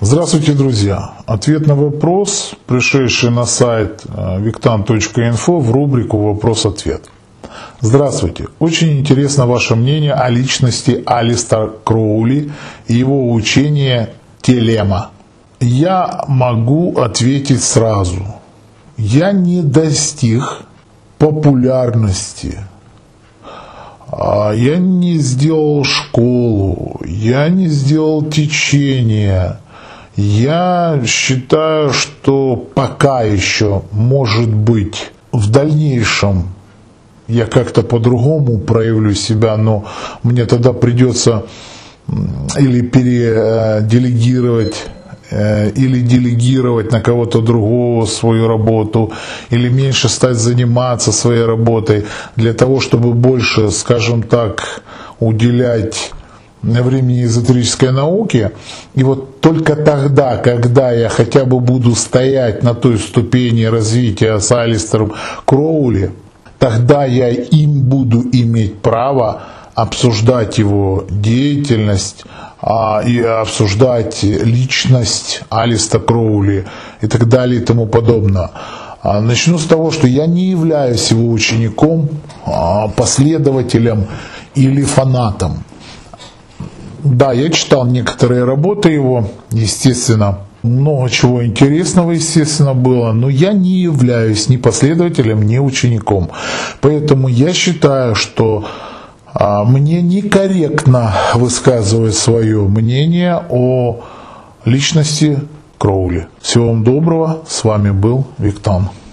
Здравствуйте, друзья! Ответ на вопрос, пришедший на сайт victan.info в рубрику «Вопрос-ответ». Здравствуйте! Очень интересно ваше мнение о личности Алистера Кроули и его учения Телема. Я могу ответить сразу. Я не достиг популярности. Я не сделал школу. Я не сделал течение. Я считаю, что пока еще, может быть, в дальнейшем я как-то по-другому проявлю себя, но мне тогда придется или делегировать на кого-то другого свою работу, или меньше стать заниматься своей работой, для того, чтобы больше, скажем так, уделять времени эзотерической науке. И вот только тогда, когда я хотя бы буду стоять на той ступени развития с Алистером Кроули, тогда я им буду иметь право обсуждать его деятельность и обсуждать личность Алистера Кроули и так далее и тому подобное. Начну с того, что я не являюсь его учеником, последователем или фанатом. Да, я читал некоторые работы его, естественно, много чего интересного, естественно, было, но я не являюсь ни последователем, ни учеником. Поэтому я считаю, что мне некорректно высказывать свое мнение о личности Кроули. Всего вам доброго, с вами был Виктан.